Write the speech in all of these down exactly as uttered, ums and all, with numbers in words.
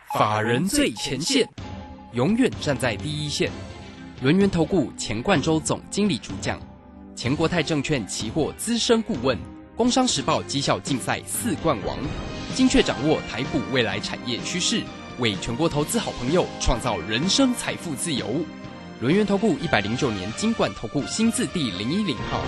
法人最前线，永远站在第一线。轮源投顾钱冠洲总经理主讲，前国泰证券期货资深顾问，工商时报绩效竞赛四冠王，精确掌握台股未来产业趋势，为全国投资好朋友创造人生财富自由。轮源投顾一百零九年金管投顾新字第零一零号。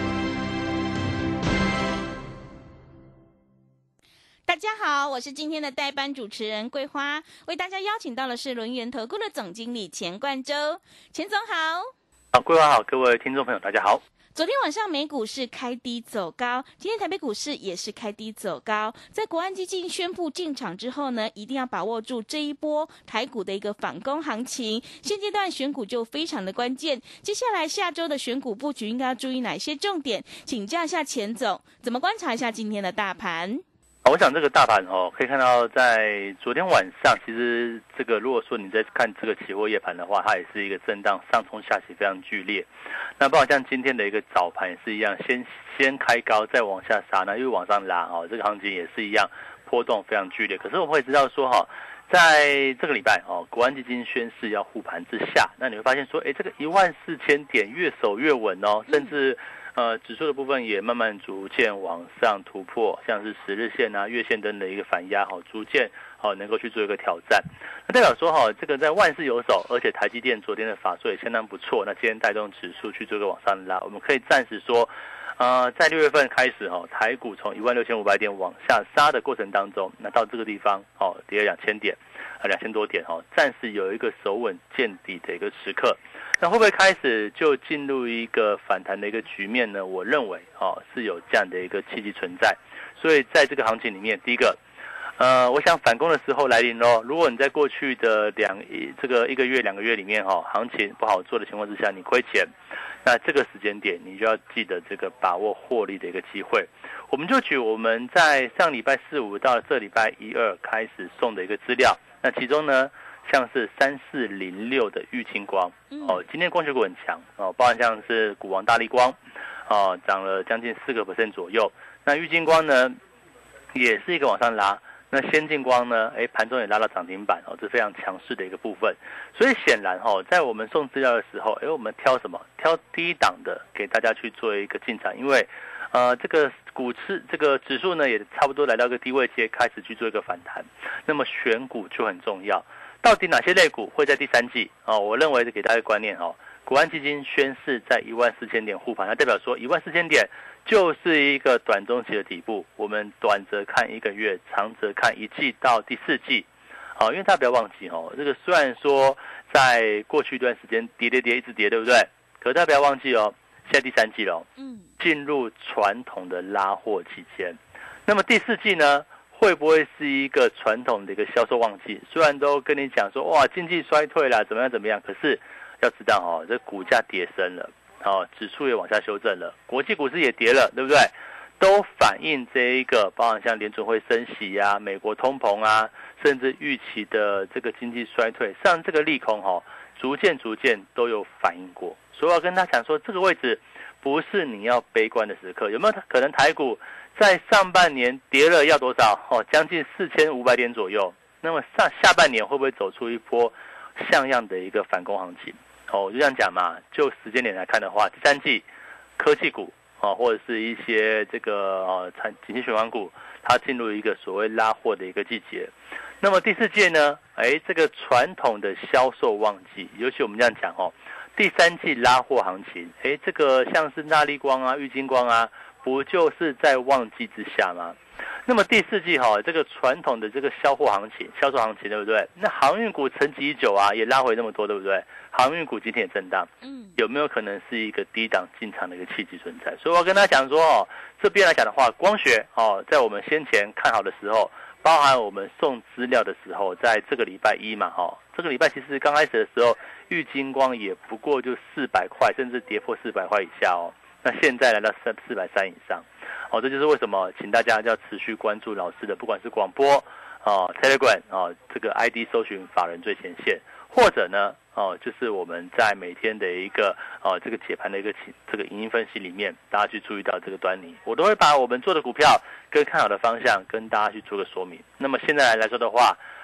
大家好，我是今天的代班主持人桂花，为大家邀请到的是轮源投顾的总经理钱冠洲，钱总好。 好，桂花好，各位听众朋友大家好。 昨天晚上美股是开低走高，今天台北股市也是开低走高。在国安基金宣布进场之后呢，一定要把握住这一波台股的一个反攻行情。现阶段选股就非常的关键，接下来下周的选股布局应该要注意哪些重点？请教一下钱总，怎么观察一下今天的大盘？ 我想这个大盘哦，可以看到在昨天晚上，其实这个如果说你在看这个期货夜盘的话，它也是一个震荡上冲下洗非常剧烈。那包括像今天的一个早盘也是一样，先先开高再往下杀，那又往上拉哦，这个行情也是一样波动非常剧烈。可是我们会知道说哈，在这个礼拜哦，国安基金宣示要护盘之下，那你会发现说，哎，这个一万四千点越守越稳哦，甚至。呃，指数的部分也慢慢逐渐往上突破，像是十日线啊、月线等的一个反压，好，逐渐好能够去做一个挑战。那代表说哈，这个在万事有手，而且台积电昨天的法说也相当不错，那今天带动指数去做一个往上拉，我们可以暂时说，呃，在六月份开始哈，台股从一万六千五百点往下杀的过程当中，那到这个地方哦，跌了两千点，啊两千多点哈，暂时有一个守稳见底的一个时刻。那会不会开始就进入一个反弹的一个局面呢？我认为哦是有这样的一个契机存在，所以在这个行情里面，第一个，呃，我想反攻的时候来临咯。如果你在过去的两这个一个月、两个月里面哈、哦，行情不好做的情况之下，你亏钱，那这个时间点你就要记得这个把握获利的一个机会。我们就举我们在上礼拜四五到这礼拜一二开始送的一个资料，那其中呢。像是三四零六的玉晶光哦，今天光学股很强哦，包含像是股王大立光哦，涨了将近四个 percent 左右。那玉晶光呢，也是一个往上拉。那先进光呢，哎，盘中也拉到涨停板哦，这是非常强势的一个部分。所以显然哈、哦，在我们送资料的时候，哎，我们挑什么？挑低档的给大家去做一个进场，因为呃，这个股市这个指数呢，也差不多来到一个低位阶，开始去做一个反弹。那么选股就很重要。到底哪些类股会在第三季啊、哦？我认为给大家观念哦，国安基金宣示在一万四千点护盘，那代表说一万四千点就是一个短中期的底部。我们短则看一个月，长则看一季到第四季。好、哦，因为大家不要忘记哦，这个虽然说在过去一段时间跌跌跌一直跌，对不对？可是大家不要忘记哦，现在第三季了，嗯，进入传统的拉货期间。那么第四季呢？会不会是一个传统的一个销售旺季？虽然都跟你讲说哇经济衰退啦，怎么样怎么样，可是要知道哦，这股价跌深了，哦，指数也往下修正了，国际股市也跌了，对不对？都反映这一个，包含像联准会升息啊，美国通膨啊，甚至预期的这个经济衰退，像这个利空哦，逐渐逐渐都有反映过。所以我要跟他讲说，这个位置不是你要悲观的时刻，有没有可能台股？在上半年跌了要多少？哦，将近四千五百点左右。那么上下半年会不会走出一波像样的一个反攻行情？哦，我就这样讲嘛。就时间点来看的话，第三季科技股哦，或者是一些这个哦产景气循环股，它进入一个所谓拉货的一个季节。那么第四季呢？哎，这个传统的销售旺季，尤其我们这样讲哦，第三季拉货行情，哎，这个像是大立光啊、玉晶光啊。不就是在旺季之下吗？那么第四季哈、哦，这个传统的这个销货行情、销售行情，对不对？那航运股沉寂已久啊，也拉回那么多，对不对？航运股今天也震荡，嗯，有没有可能是一个低档进场的一个契机存在？所以我要跟他讲说哦，这边来讲的话，光学哦，在我们先前看好的时候，包含我们送资料的时候，在这个礼拜一嘛，哈、哦，这个礼拜其实刚开始的时候，玉晶光也不过就四百块，甚至跌破四百块以下哦。那现在来到三四百三以上，哦，这就是为什么请大家要持续关注老师的，不管是广播哦 Telegram 哦，这个 I D 搜寻法人最前线，或者呢哦，就是我们在每天的一个哦这个解盘的一个这个影音分析里面，大家去注意到这个端倪，我都会把我们做的股票跟看好的方向跟大家去做个说明。那么现在来说的话，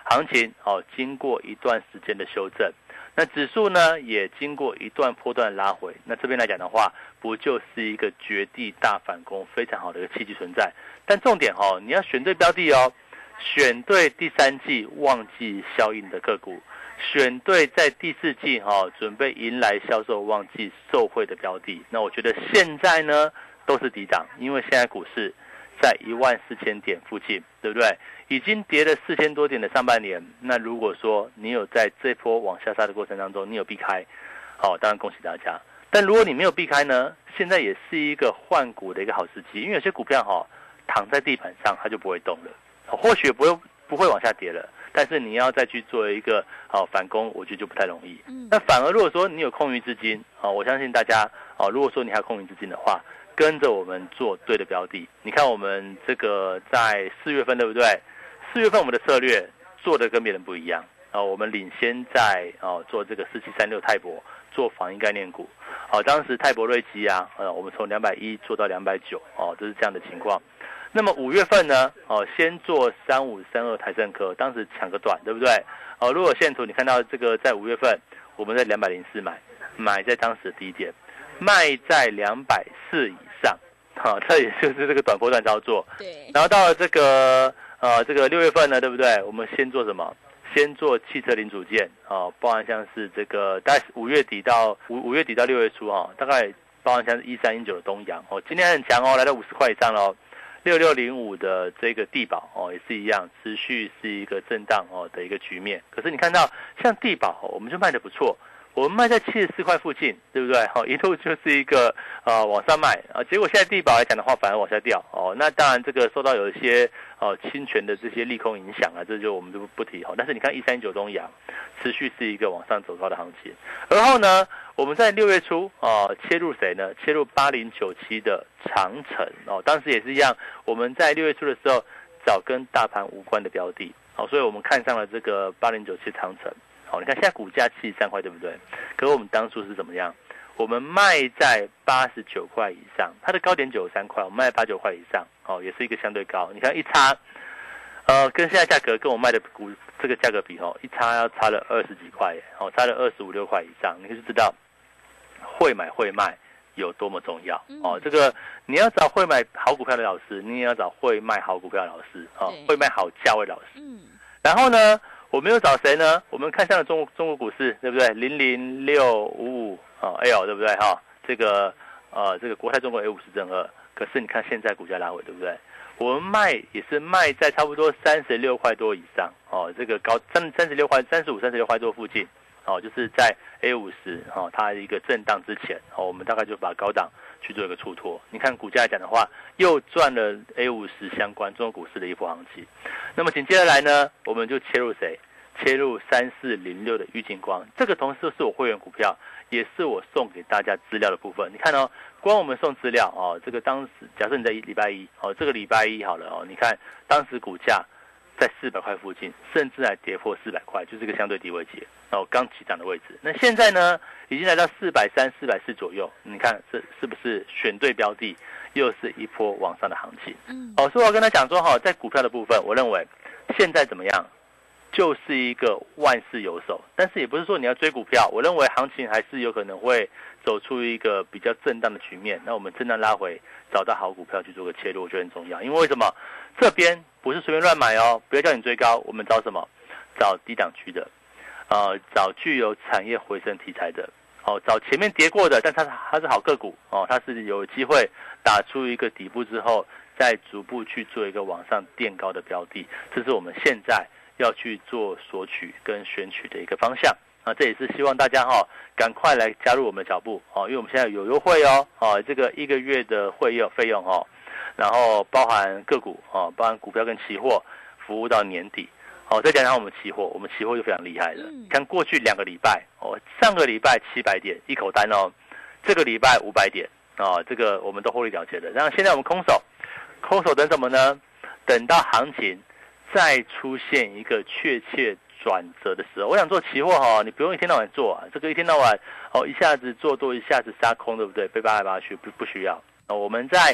行情哦经过一段时间的修正，那指数呢也经过一段波段拉回，那这边来讲的话，不就是一个绝地大反攻非常好的一个契机存在？但重点哦，你要选对标的哦，选对第三季旺季效应的个股，选对在第四季哈、哦、准备迎来销售旺季受惠的标的。那我觉得现在呢都是低档，因为现在股市在一万四千点附近，对不对？已经跌了四千多点的上半年。那如果说你有在这波往下杀的过程当中，你有避开，好、哦，当然恭喜大家。但如果你没有避开呢，现在也是一个换股的一个好时机，因为有些股票哈、哦、躺在地板上它就不会动了，或许不会不会往下跌了，但是你要再去做一个好、哦、反攻，我觉得就不太容易。嗯、那反而如果说你有空余资金，哦，我相信大家哦，如果说你还有空余资金的话，跟着我们做对的标的。你看我们这个在四月份对不对？四月份我们的策略做的跟别人不一样啊、哦，我们领先在哦做这个四七三六泰博做防疫概念股，哦，当时泰博瑞基啊，呃，我们从两百一做到两百九，哦，这是这样的情况。那么五月份呢，哦，先做三五三二台盛科，当时抢个短，对不对？哦，如果线图你看到这个在五月份我们在两百零四买，买在当时的低点，卖在两百四以上，好、哦，这也就是这个短波段操作。对。然后到了这个呃这个六月份呢，对不对？我们先做什么？先做汽车零组件，哦，包含像是这个大概五月底到五五月底到六月初哦，大概包含像是一三一九的东阳哦，今天很强哦，来到五十块以上喽。六六零五的这个地保哦，也是一样，持续是一个震荡哦的一个局面。可是你看到像地保，我们就卖得不错。我们卖在七十四块附近，对不对？好，一路就是一个呃往上卖啊，结果现在地保来讲的话，反而往下掉哦。那当然这个受到有一些呃侵权的这些利空影响啊，这就我们就不提哦。但是你看一三一九东阳，持续是一个往上走高的行情。而后呢，我们在六月初啊、呃、切入谁呢？切入八零九七的长城哦，当时也是一样，我们在六月初的时候找跟大盘无关的标的，好、哦，所以我们看上了这个八零九七长城。好，你看现在股价七十三块，对不对？可是我们当初是怎么样？我们卖在八十九块以上，它的高点九十三块，我们卖在八十九块以上，哦，也是一个相对高。你看一差，呃，跟现在价格跟我卖的股这个价格比，哦，一差要差了二十几块耶，哦，差了二十五六块以上，你就知道会买会卖有多么重要哦。这个你要找会买好股票的老师，你也要找会卖好股票的老师，哦，会卖好价位老师。嗯，然后呢？我们又找谁呢？我们看上了中国中国股市，对不对？零零六五五啊 L 对不对哈？这个呃这个国泰中国 A 五十正二，可是你看现在股价拉回，对不对？我们卖也是卖在差不多三十六块多以上哦，这个高三三十六块三十五三十六块多附近哦，就是在 A 五十哦它一个震荡之前哦，我们大概就把高档去做一个出脱。你看股价来讲的话，又赚了 A 五十相关中国股市的一波行情。那么紧接着来呢，我们就切入谁？切入三四零六的玉晶光，这个同时是我会员股票，也是我送给大家资料的部分。你看哦，光我们送资料哦，这个当时假设你在礼拜一哦，这个礼拜一好了哦，你看当时股价在四百块附近，甚至还跌破四百块，就是一个相对低位阶哦，刚起涨的位置。那现在呢，已经来到四百三、四百四左右，你看是是不是选对标的，又是一波往上的行情？嗯，哦，所以我跟他讲说哈，在股票的部分，我认为现在怎么样？就是一个万事有手，但是也不是说你要追股票，我认为行情还是有可能会走出一个比较震荡的局面。那我们震荡拉回，找到好股票去做个切入，我觉得很重要。因为为什么？这边不是随便乱买哦，不要叫你追高，我们找什么？找低档区的，呃，找具有产业回升题材的，哦，找前面跌过的，但它它是好个股哦，它是有机会打出一个底部之后，再逐步去做一个往上垫高的标的，这是我们现在要去做索取跟选取的一个方向啊，这也是希望大家哈、哦、赶快来加入我们的脚步哦，因为我们现在有优惠哦，哦这个一个月的会用费用哦，然后包含个股哦，包含股票跟期货，服务到年底哦，再加上我们期货，我们期货就非常厉害了。嗯、看过去两个礼拜哦，上个礼拜七百点一口单哦，这个礼拜五百点哦，这个我们都获利了结的。然后现在我们空手，空手等什么呢？等到行情再出现一个确切转折的时候，我想做期货哈，你不用一天到晚做啊，这个一天到晚哦，一下子做多，一下子杀空，对不对？被扒来扒去不不需要。我们在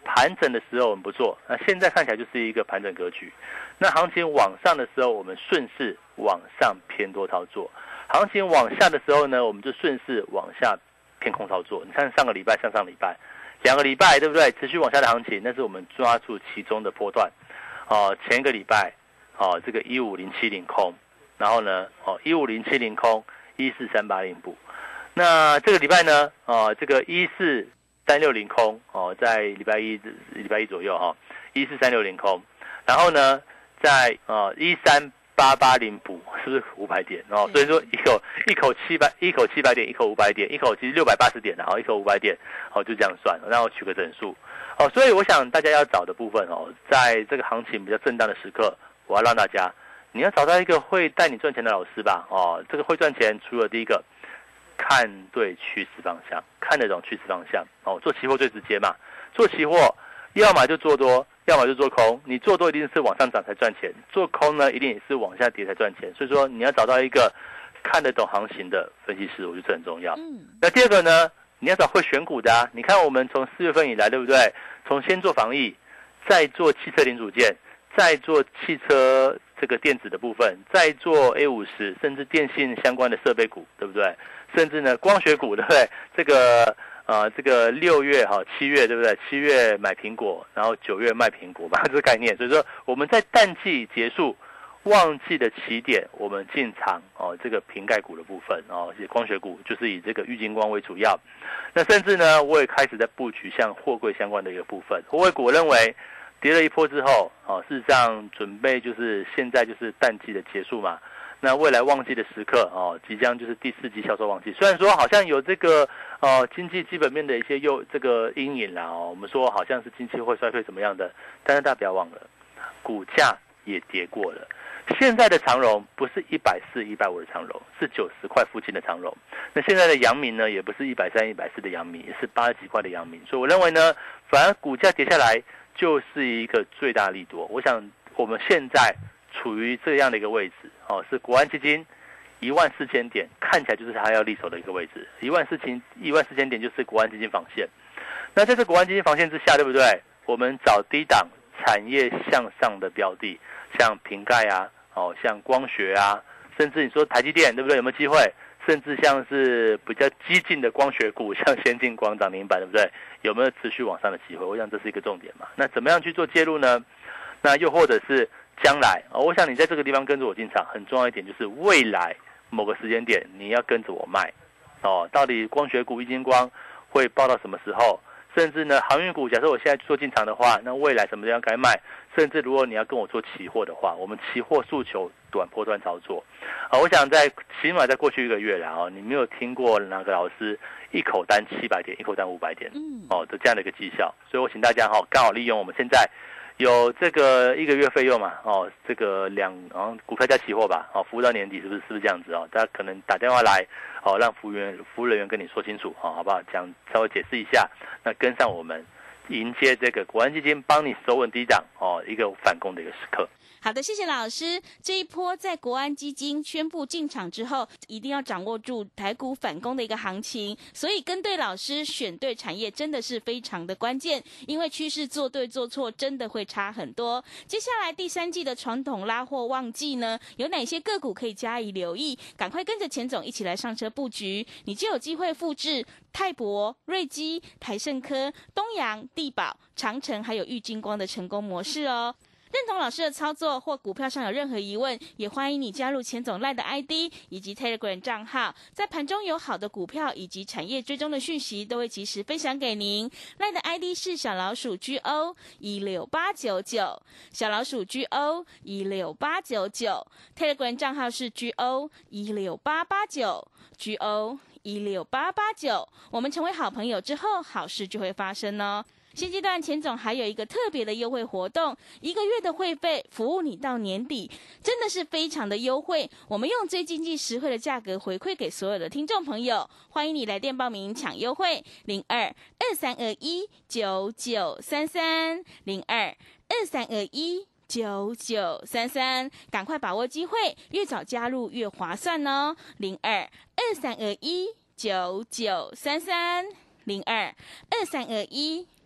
盘整的时候我们不做，那现在看起来就是一个盘整格局。那行情往上的时候，我们顺势往上偏多操作；行情往下的时候呢，我们就顺势往下偏空操作。你看上个礼拜、上上礼拜两个礼拜，对不对？持续往下的行情，那是我们抓住其中的波段。哦，前一个礼拜，哦，这个一五零七零空，然后呢，哦一五零七零空，一四三八零补。那这个礼拜呢，哦这个一四三六零空，哦在礼拜一礼拜一左右哈、哦，一四三六零空，然后呢。在呃一三八八零补是不是五百点哦？所以说一口一口七百一口七百点，一口五百点，一口其实六百八十点，然后一口五百点，哦就这样算，然后取个整数哦。所以我想大家要找的部分哦，在这个行情比较震荡的时刻，我要让大家你要找到一个会带你赚钱的老师吧哦。这个会赚钱，除了第一个看对趋势方向，看得懂趋势方向哦。做期货最直接嘛，做期货要么就做多。要么就做空，你做多一定是往上涨才赚钱，做空呢一定也是往下跌才赚钱。所以说你要找到一个看得懂行情的分析师，我觉得这很重要。嗯，那第二个呢，你要找会选股的啊。你看我们从四月份以来，对不对？从先做防疫，再做汽车零组件，再做汽车这个电子的部分，再做 A 五十，甚至电信相关的设备股，对不对？甚至呢光学股，对不对？这个。呃，这个六月哈，七月对不对？七月买苹果，然后九月卖苹果嘛，这个概念。所以说我们在淡季结束、旺季的起点，我们进场哦，这个瓶盖股的部分哦，光学股就是以这个玉晶光为主要。那甚至呢，我也开始在布局像货柜相关的一个部分。货柜股我认为跌了一波之后，哦，事实上准备就是现在就是淡季的结束嘛。那未来旺季的时刻哦，即将就是第四季销售旺季。虽然说好像有这个呃经济基本面的一些诱这个阴影啦哦，我们说好像是经济会衰退怎么样的，但是大家不要忘了，股价也跌过了。现在的长荣不是一百四、一百五的长荣，是九十块附近的长荣。那现在的阳明呢，也不是一百三、一百四的阳明，也是八十几块的阳明。所以我认为呢，反而股价跌下来就是一个最大利多。我想我们现在处于这样的一个位置哦，是国安基金一万四千点，看起来就是它要立守的一个位置。一万四千一万四千点就是国安基金防线。那在这国安基金防线之下，对不对？我们找低档产业向上的标的，像瓶盖啊，哦，像光学啊，甚至你说台积电，对不对？有没有机会？甚至像是比较激进的光学股，像先进光涨停板，对不对？有没有持续往上的机会？我想这是一个重点嘛。那怎么样去做介入呢？那又或者是将来哦，我想你在这个地方跟着我进场，很重要一点就是未来某个时间点你要跟着我卖哦。到底光学股、玉晶光会爆到什么时候？甚至呢，航运股，假设我现在做进场的话，那未来什么地方该卖？甚至如果你要跟我做期货的话，我们期货诉求短波段操作啊。我想在起码在过去一个月了哦，你没有听过哪个老师一口单七百点，一口单五百点哦的这样的一个绩效，所以我请大家哈，刚好利用我们现在有这个一个月费用嘛，哦，这个两，然后股票加期货吧，哦，服务到年底是不是是不是这样子哦？大家可能打电话来，哦，让服务员服务人员跟你说清楚，哦，好不好？讲稍微解释一下，那跟上我们，迎接这个国安基金帮你守稳低档，哦，一个反攻的一个时刻。 好的，谢谢老师。这一波在国安基金宣布进场之后，一定要掌握住台股反攻的一个行情，所以跟对老师、选对产业真的是非常的关键，因为趋势做对做错真的会差很多。接下来第三季的传统拉货旺季呢，有哪些个股可以加以留意？赶快跟着钱总一起来上车布局，你就有机会复制泰博、瑞基、台盛科、东阳、地保、长城还有玉晶光的成功模式哦。认同老师的操作或股票上有任何疑问，也欢迎你加入钱总 LINE 的 I D 以及 Telegram 账号，在盘中有好的股票以及产业追踪的讯息都会及时分享给您。LINE 的 I D 是小老鼠 G O 一六八九九， 小老鼠 G O 一六八九九， Telegram 账号是 G O 一六八八九 G O 一六八八九。 我们成为好朋友之后，好事就会发生哦。现阶段钱总还有一个特别的优惠活动，一个月的会费服务你到年底，真的是非常的优惠。我们用最经济实惠的价格回馈给所有的听众朋友，欢迎你来电报名抢优惠，零二二三二一九九三三零二二三二一九九三三，赶快把握机会，越早加入越划算哦，零二二三二一九九三三零二二三二一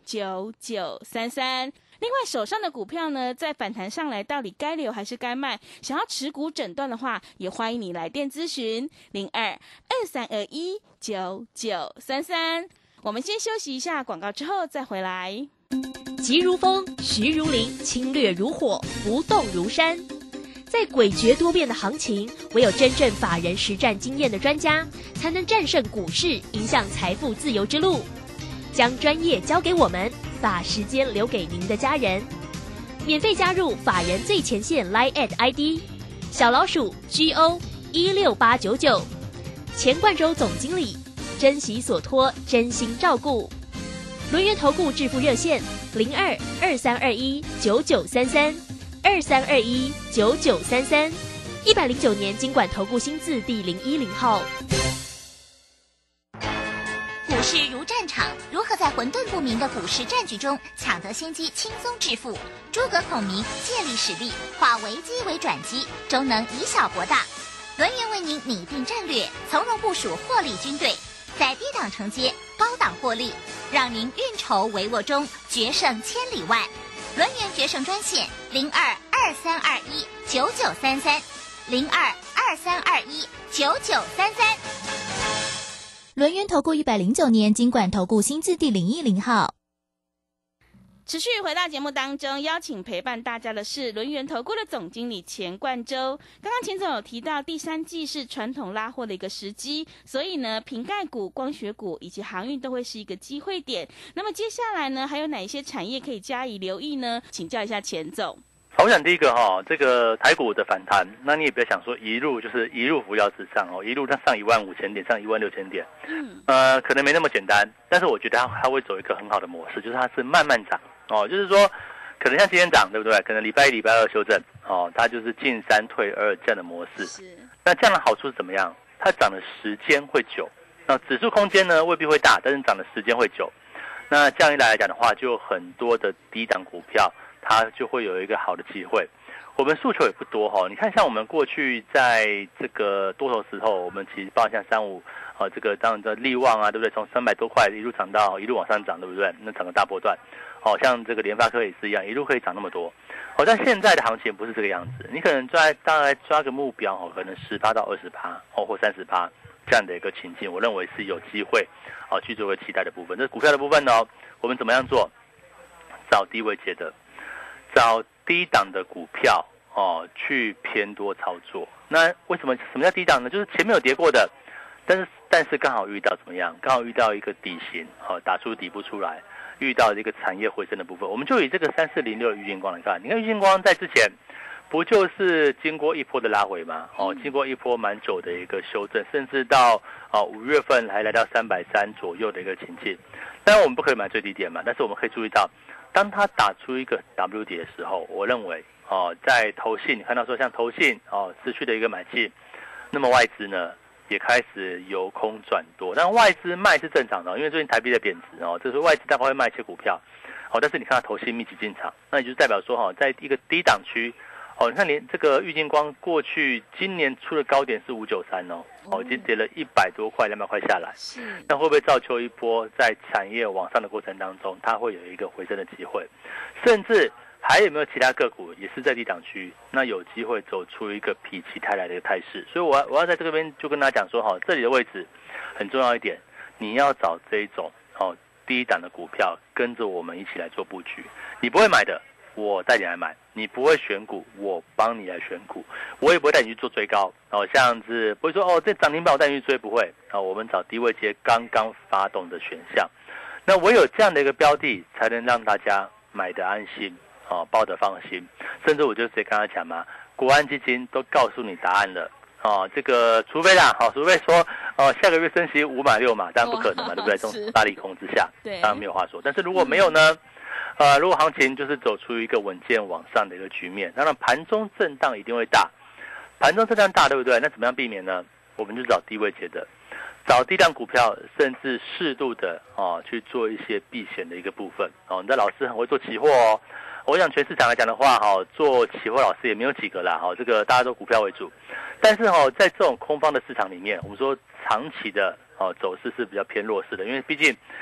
九九三三。另外手上的股票呢，在反弹上来到底该留还是该卖，想要持股诊断的话，也欢迎你来电咨询零二二三二一九九三三。我们先休息一下广告，之后再回来。 急如风，徐如林，侵略如火，不动如山。在诡谲多变的行情，唯有真正法人实战经验的专家，才能战胜股市，迎向财富自由之路。将专业交给我们，把时间留给您的家人。免费加入法人最前线 Line at I D 小老鼠 G O 一六八九九，钱冠洲总经理，珍惜所托，真心照顾。轮源投顾致富热线零二二三二一九九三三二三二一九九三三，一百零九年金管投顾新字第零一零号。 股市如战场，如何在混沌不明的股市战局中抢得先机，轻松致富？诸葛孔明借力使力，化危机为转机，终能以小博大。轮源为您拟定战略，从容部署获利军队，在低档承接，高档获利，让您运筹帷幄中决胜千里外。轮源决胜专线零二二三二一九九三三零二二三二一九九三三。 轮源投顾一百零九年金管投顾新字第零一零号。 持续回到节目当中，邀请陪伴大家的是轮源投顾的总经理钱冠洲。刚刚钱总有提到，第三季是传统拉货的一个时机，所以呢，瓶盖股、光学股以及航运都会是一个机会点。那么接下来呢，还有哪一些产业可以加以留意呢？请教一下钱总。 好，我想第一个哈、哦，这个台股的反弹，那你也不要想说一路就是一路扶摇直上哦，一路它上一万五千点，上一万六千点，嗯，呃，可能没那么简单，但是我觉得它它会走一个很好的模式，就是它是慢慢涨哦，就是说可能像今天涨，对不对？可能礼拜一、礼拜二修正哦，它就是进三退二这样的模式。是。那这样的好处是怎么样？它涨的时间会久，那指数空间呢未必会大，但是涨的时间会久。那这样一来来讲的话，就有很多的低档股票。它就会有一个好的机会。我们诉求也不多哈，你看像我们过去在这个多头时候，我们其实包括像三五啊，这个当然的力旺啊，对不对？从三百多块一路涨到一路往上涨，对不对？那整个大波段，好像这个联发科也是一样，一路可以涨那么多。好，但现在的行情不是这个样子，你可能抓大概抓个目标哦，可能十趴到二十趴哦，或三十趴这样的一个情境，我认为是有机会哦去做个期待的部分。这股票的部分呢，我们怎么样做？找低位接的。找低档的股票哦，去偏多操作。那为什么什么叫低档呢？就是前面有跌过的，但是但是刚好遇到怎么样？刚好遇到一个底型，哦，打出底部出来，遇到一个产业回升的部分。我们就以这个三四零六的玉晶光来看，你看玉晶光在之前不就是经过一波的拉回吗？哦，经过一波蛮久的一个修正，甚至到哦五月份还来到三百三左右的一个情境。当然我们不可以买最低点嘛，但是我们可以注意到。当它打出一个 W 底的时候，我认为哦，在投信你看到说像投信哦持续的一个买气，那么外资呢也开始由空转多，但外资卖是正常的，因为最近台币在贬值哦，这是外资大概会卖一些股票，哦，但是你看到投信密集进场，那也就代表说哈、哦，在一个低档区。哦，你看连这个玉晶光过去今年出的高点是五九三哦，哦，已经跌了一百多块、两百块下来。是，那会不会造就一波在产业往上的过程当中，它会有一个回升的机会？甚至还有没有其他个股也是在低档区，那有机会走出一个否极泰来的一个态势？所以我要我要在这边就跟大家讲说，哈，这里的位置很重要一点，你要找这一种哦低档的股票，跟着我们一起来做布局。你不会买的。我带你来买，你不会选股，我帮你来选股，我也不会带你去做追高，哦，像是不会说哦，这涨停板我带你去追，不会，啊、哦，我们找低位接刚刚发动的选项，那唯有这样的一个标的，才能让大家买得安心，哦，抱得放心，甚至我就直接跟他讲嘛，国安基金都告诉你答案了，哦，这个除非啦，好、哦，除非说哦下个月升息五码六码，当然不可能嘛，对不对？这种大利空之下，当然没有话说，但是如果没有呢？呃，如果行情就是走出一个稳健往上的一个局面，当然盘中震荡一定会大，盘中震荡大，对不对？那怎么样避免呢？我们就找低位接的，找低档股票，甚至适度的哦去做一些避险的一个部分哦。你的老师很会做期货哦，我想全市场来讲的话，哈、哦，做期货老师也没有几个啦，哈、哦，这个大家都股票为主，但是哈、哦，在这种空方的市场里面，我们说长期的哦走势是比较偏弱势的，因为毕竟。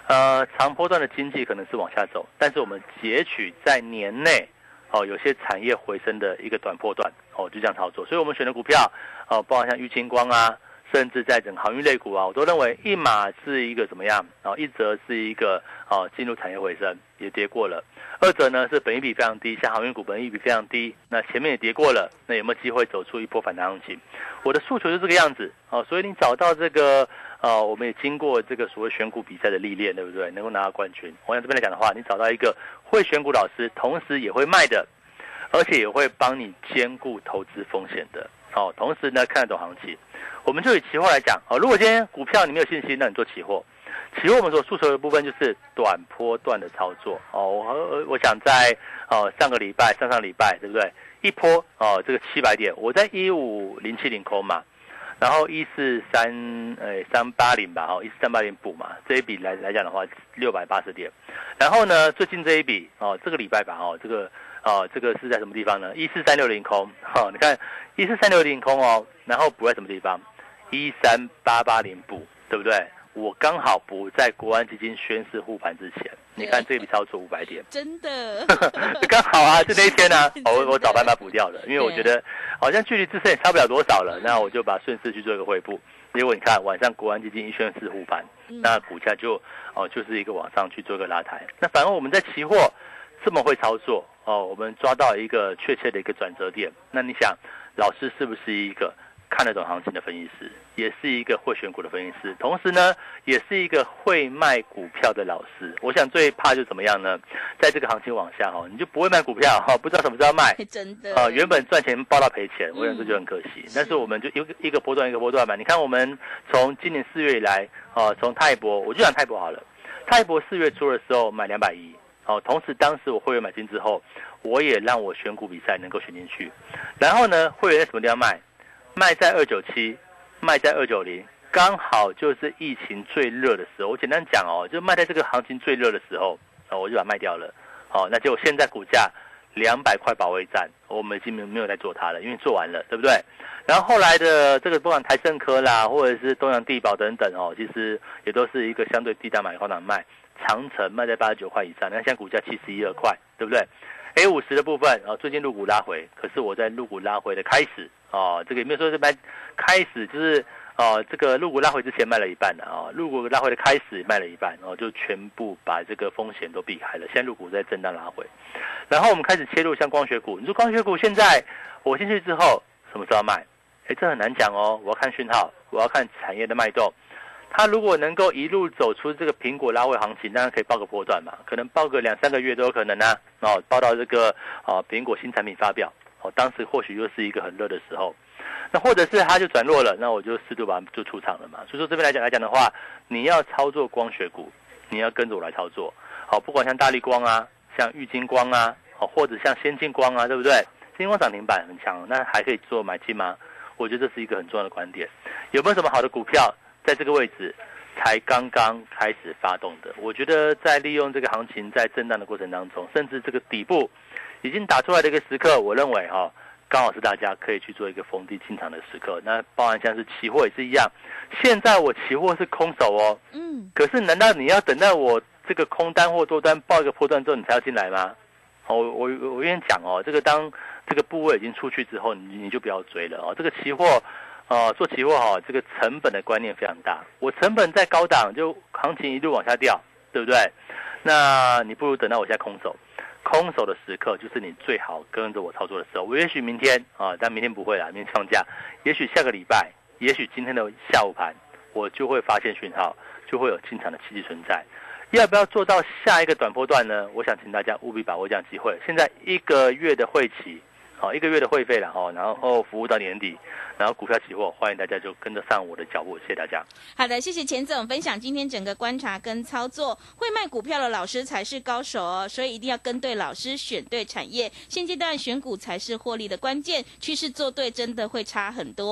呃，长波段的经济可能是往下走，但是我们截取在年内哦，有些产业回升的一个短波段哦，就这样操作。所以我们选的股票哦，包括像玉晶光啊，甚至在整航运类股啊，我都认为一码是一个怎么样啊、哦？一则是一个哦进入产业回升，也跌过了；二则呢是本益比非常低，像航运股本益比非常低，那前面也跌过了，那有没有机会走出一波反弹行情？我的诉求就是这个样子哦，所以你找到这个。呃，我们也经过这个所谓选股比赛的历练，对不对？能够拿到冠军。我想这边来讲的话，你找到一个会选股老师，同时也会卖的，而且也会帮你兼顾投资风险的。哦，同时呢看得懂行情。我们就以期货来讲，哦，如果今天股票你没有信心，那你做期货。期货我们所诉求的部分就是短波段的操作。哦，我我想在哦上个礼拜、上上礼拜，对不对？一波哦这个七百点，我在一五零七零空嘛。然后一四三呃三八零吧，哦一四三八零补嘛，这一笔来来讲的话六百八十点。然后呢，最近这一笔哦，这个礼拜吧，哦这个哦这个是在什么地方呢？一四三六零空，哦你看一四三六零空哦，然后补在什么地方？一三八八零补，对不对？我刚好补在国安基金宣示护盘之前，你看这笔操作五百点， 真的刚好啊，就那一天呢、啊，我我早班把它补掉了，因为我觉得好像距离自身也差不了多少了，那我就把顺势去做一个回补。结果你看晚上国安基金一宣示护盘，那股价就哦就是一个往上去做一个拉抬。那反而我们在期货这么会操作哦，我们抓到一个确切的一个转折点。那你想，老师是不是一个看得懂行情的分析师，也是一个会选股的分析师，同时呢，也是一个会卖股票的老师。我想最怕就怎么样呢？在这个行情往下哈，你就不会卖股票哈，不知道什么时候卖， 真的啊，原本赚钱报到赔钱，我想这就很可惜。嗯、但是我们就一个一个波段一个波段嘛。你看我们从今年四月以来，哦，从泰博，我就讲泰博好了，泰博四月初的时候买两百一。哦，同时当时我会员买进之后，我也让我选股比赛能够选进去。然后呢，会员在什么地方卖？卖在二九七，卖在二九零，刚好就是疫情最热的时候。我简单讲哦，就卖在这个行情最热的时候，哦，我就把它卖掉了。哦，那结果现在股价两百块保卫战，我们已经没有在做它了，因为做完了，对不对？然后后来的这个不管台盛科啦，或者是东洋地保等等哦，其实也都是一个相对低档买高档卖。长城卖在八十九块以上，那现在股价七十一二块，对不对 ？A 五十的部分，啊，最近入股拉回，可是我在入股拉回的开始，哦，这个也没有说是卖开始，就是哦，这个入股拉回之前卖了一半的啊，哦，入股拉回的开始卖了一半，哦，就全部把这个风险都避开了。现在入股在震荡拉回，然后我们开始切入像光学股。你说光学股现在我进去之后什么时候卖？哎，这很难讲哦，我要看讯号，我要看产业的脉动。它如果能够一路走出这个苹果拉回行情，当然可以报个波段嘛，可能报个两三个月都有可能啊。哦，报到这个哦苹果新产品发表，哦当时或许又是一个很热的时候，那或者是它就转弱了，那我就适度把它就出场了嘛。所以说这边来讲来讲的话，你要操作光学股，你要跟着我来操作。好，哦，不管像大立光啊，像玉晶光啊，哦或者像先进光啊，对不对？先进光涨停板很强，那还可以做买进吗？我觉得这是一个很重要的观点。有没有什么好的股票？在这个位置才刚刚开始发动的，我觉得在利用这个行情在震荡的过程当中，甚至这个底部已经打出来的一个时刻，我认为哈，哦，刚好是大家可以去做一个逢低进场的时刻。那包含像是期货也是一样，现在我期货是空手哦，嗯，可是难道你要等到我这个空单或多单报一个波段之后你才要进来吗？哦，我我我跟你讲哦，这个当这个部位已经出去之后，你你就不要追了哦，这个期货。哦，做期货哈，这个成本的观念非常大。我成本在高档，就行情一路往下掉，对不对？那你不如等到我现在空手，空手的时刻就是你最好跟着我操作的时候。我也许明天啊，但明天不会啦，明天放假。也许下个礼拜，也许今天的下午盘，我就会发现讯号，就会有进场的契机存在。要不要做到下一个短波段呢？我想请大家务必把握这样机会。现在一个月的会期。好，一个月的会费了哈，然后服务到年底，然后股票期货，欢迎大家就跟着上我的脚步，谢谢大家。 好的，谢谢钱总分享今天整个观察跟操作，会卖股票的老师才是高手哦，所以一定要跟对老师，选对产业，现阶段选股才是获利的关键，趋势做对真的会差很多哦。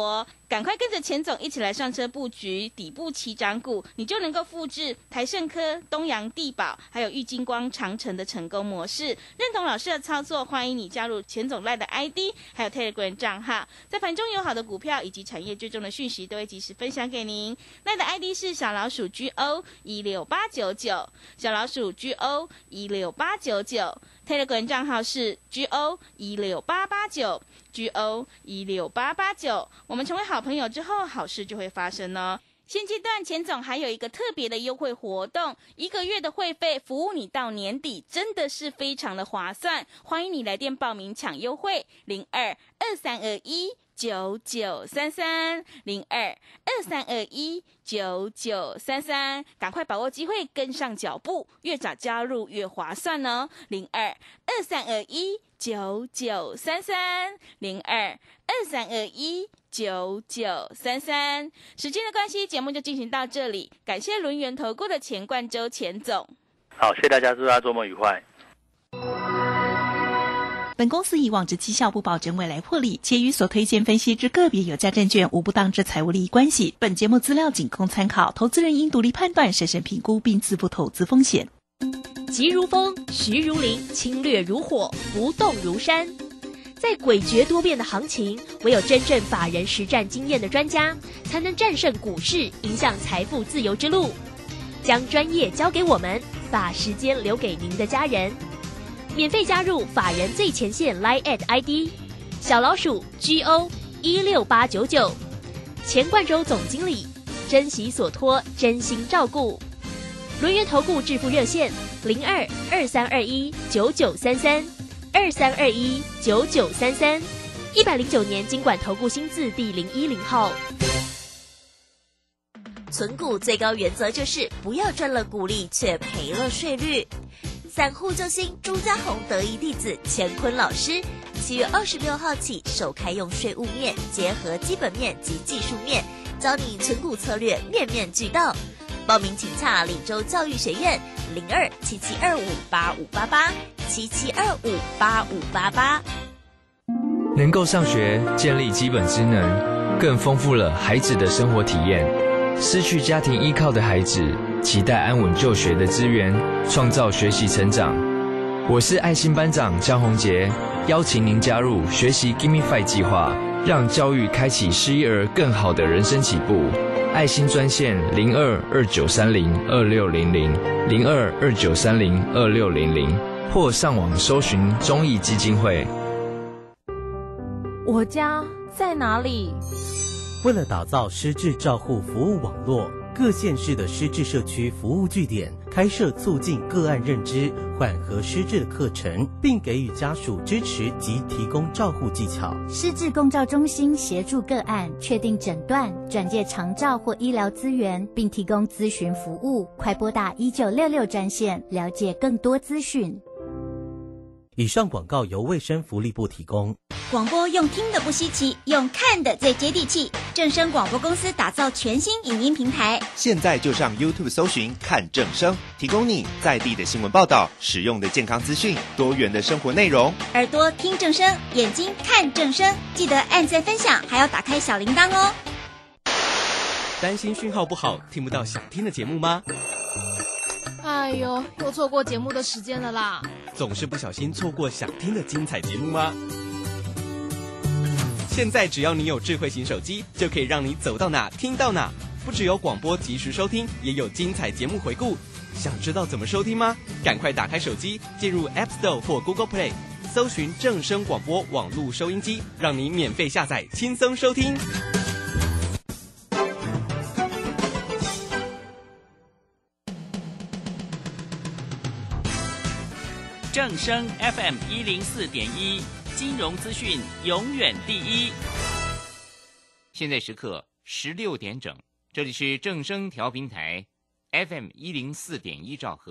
赶快跟着钱总一起来上车布局底部起涨股，你就能够复制台盛科、东洋地保还有玉金光、长城的成功模式。认同老师的操作，欢迎你加入钱总赖的 I D 还有 Telegram 账号，在盘中有好的股票以及产业追踪的讯息都会及时分享给您。赖的 I D 是小老鼠 G O 一六八九九，小老鼠 G O 一六八九九。Telegram 账号是 G O 一六八八九 G O 一六八八九， 我们成为好朋友之后，好事就会发生哦。现阶段钱总还有一个特别的优惠活动，一个月的会费服务你到年底，真的是非常的划算。欢迎你来电报名抢优惠，零二二三二一九九三三零二二三二一九九三三，赶快把握机会，跟上脚步，越早加入越划算哦。零二二三二一九九三三零二二三二一九九三三。时间的关系，节目就进行到这里，感谢轮源投顾的钱冠周钱总。 好，谢谢大家，祝大家周末愉快。 本公司以往之绩效不保证未来获利，且与所推荐分析之个别有价证券无不当之财务利益关系。本节目资料仅供参考，投资人应独立判断、审慎评估并自负投资风险。 急如风，徐如林，侵略如火，不动如山。在诡谲多变的行情，唯有真正法人实战经验的专家，才能战胜股市，迎向财富自由之路。将专业交给我们，把时间留给您的家人。免费加入法人最前线 Line at I D 小老鼠 G O 一六八九九，钱冠周总经理，珍惜所托，真心照顾。轮源投顾致富热线零二二三二一九九三三二三二一九九三三，一百零九年金管投顾新字第零一零号。 存股最高原则就是不要赚了股利却赔了税率。散户救星朱家红得意弟子乾坤老师，七月二十六号起首开用税务面结合基本面及技术面，教你存股策略面面俱到。报名请洽李州教育学院零二七七二五八五八八七七二五八五八八。 能够上学，建立基本职能，更丰富了孩子的生活体验。失去家庭依靠的孩子，期待安稳就学的资源，创造学习成长。我是爱心班长江宏杰，邀请您加入学习 Give Me Five 计划，让教育开启失依儿更好的人生起步。爱心专线零二二九三零二六零零零二二九三零二六零零，或上网搜寻忠义基金会。 我家在哪里？ 为了打造失智照护服务网络，各县市的失智社区服务据点开设促进个案认知、缓和失智的课程，并给予家属支持及提供照护技巧。 失智共照中心协助个案确定诊断、转介长照或医疗资源，并提供咨询服务。快拨打一九六六专线了解更多资讯。 以上广告由卫生福利部提供。 广播用听的不稀奇，用看的最接地气。正声广播公司打造全新影音平台， 现在就上 YouTube 搜寻看正声，提供你在地的新闻报道、实用的健康资讯、多元的生活内容。 耳朵听正声，眼睛看正声，记得按赞分享，还要打开小铃铛哦。 担心讯号不好，听不到想听的节目吗？ 哎呦，又错过节目的时间了啦！ 总是不小心错过想听的精彩节目吗？现在只要你有智慧型手机，就可以让你走到哪听到哪。不只有广播及时收听，也有精彩节目回顾。想知道怎么收听吗？赶快打开手机，进入 App Store 或 Google Play， 搜寻正声广播网络收音机，让你免费下载，轻松收听。 正声 F M 一零四点一，金融资讯永远第一。现在时刻十六点整，这里是正声调频台 F M 一零四点一兆赫。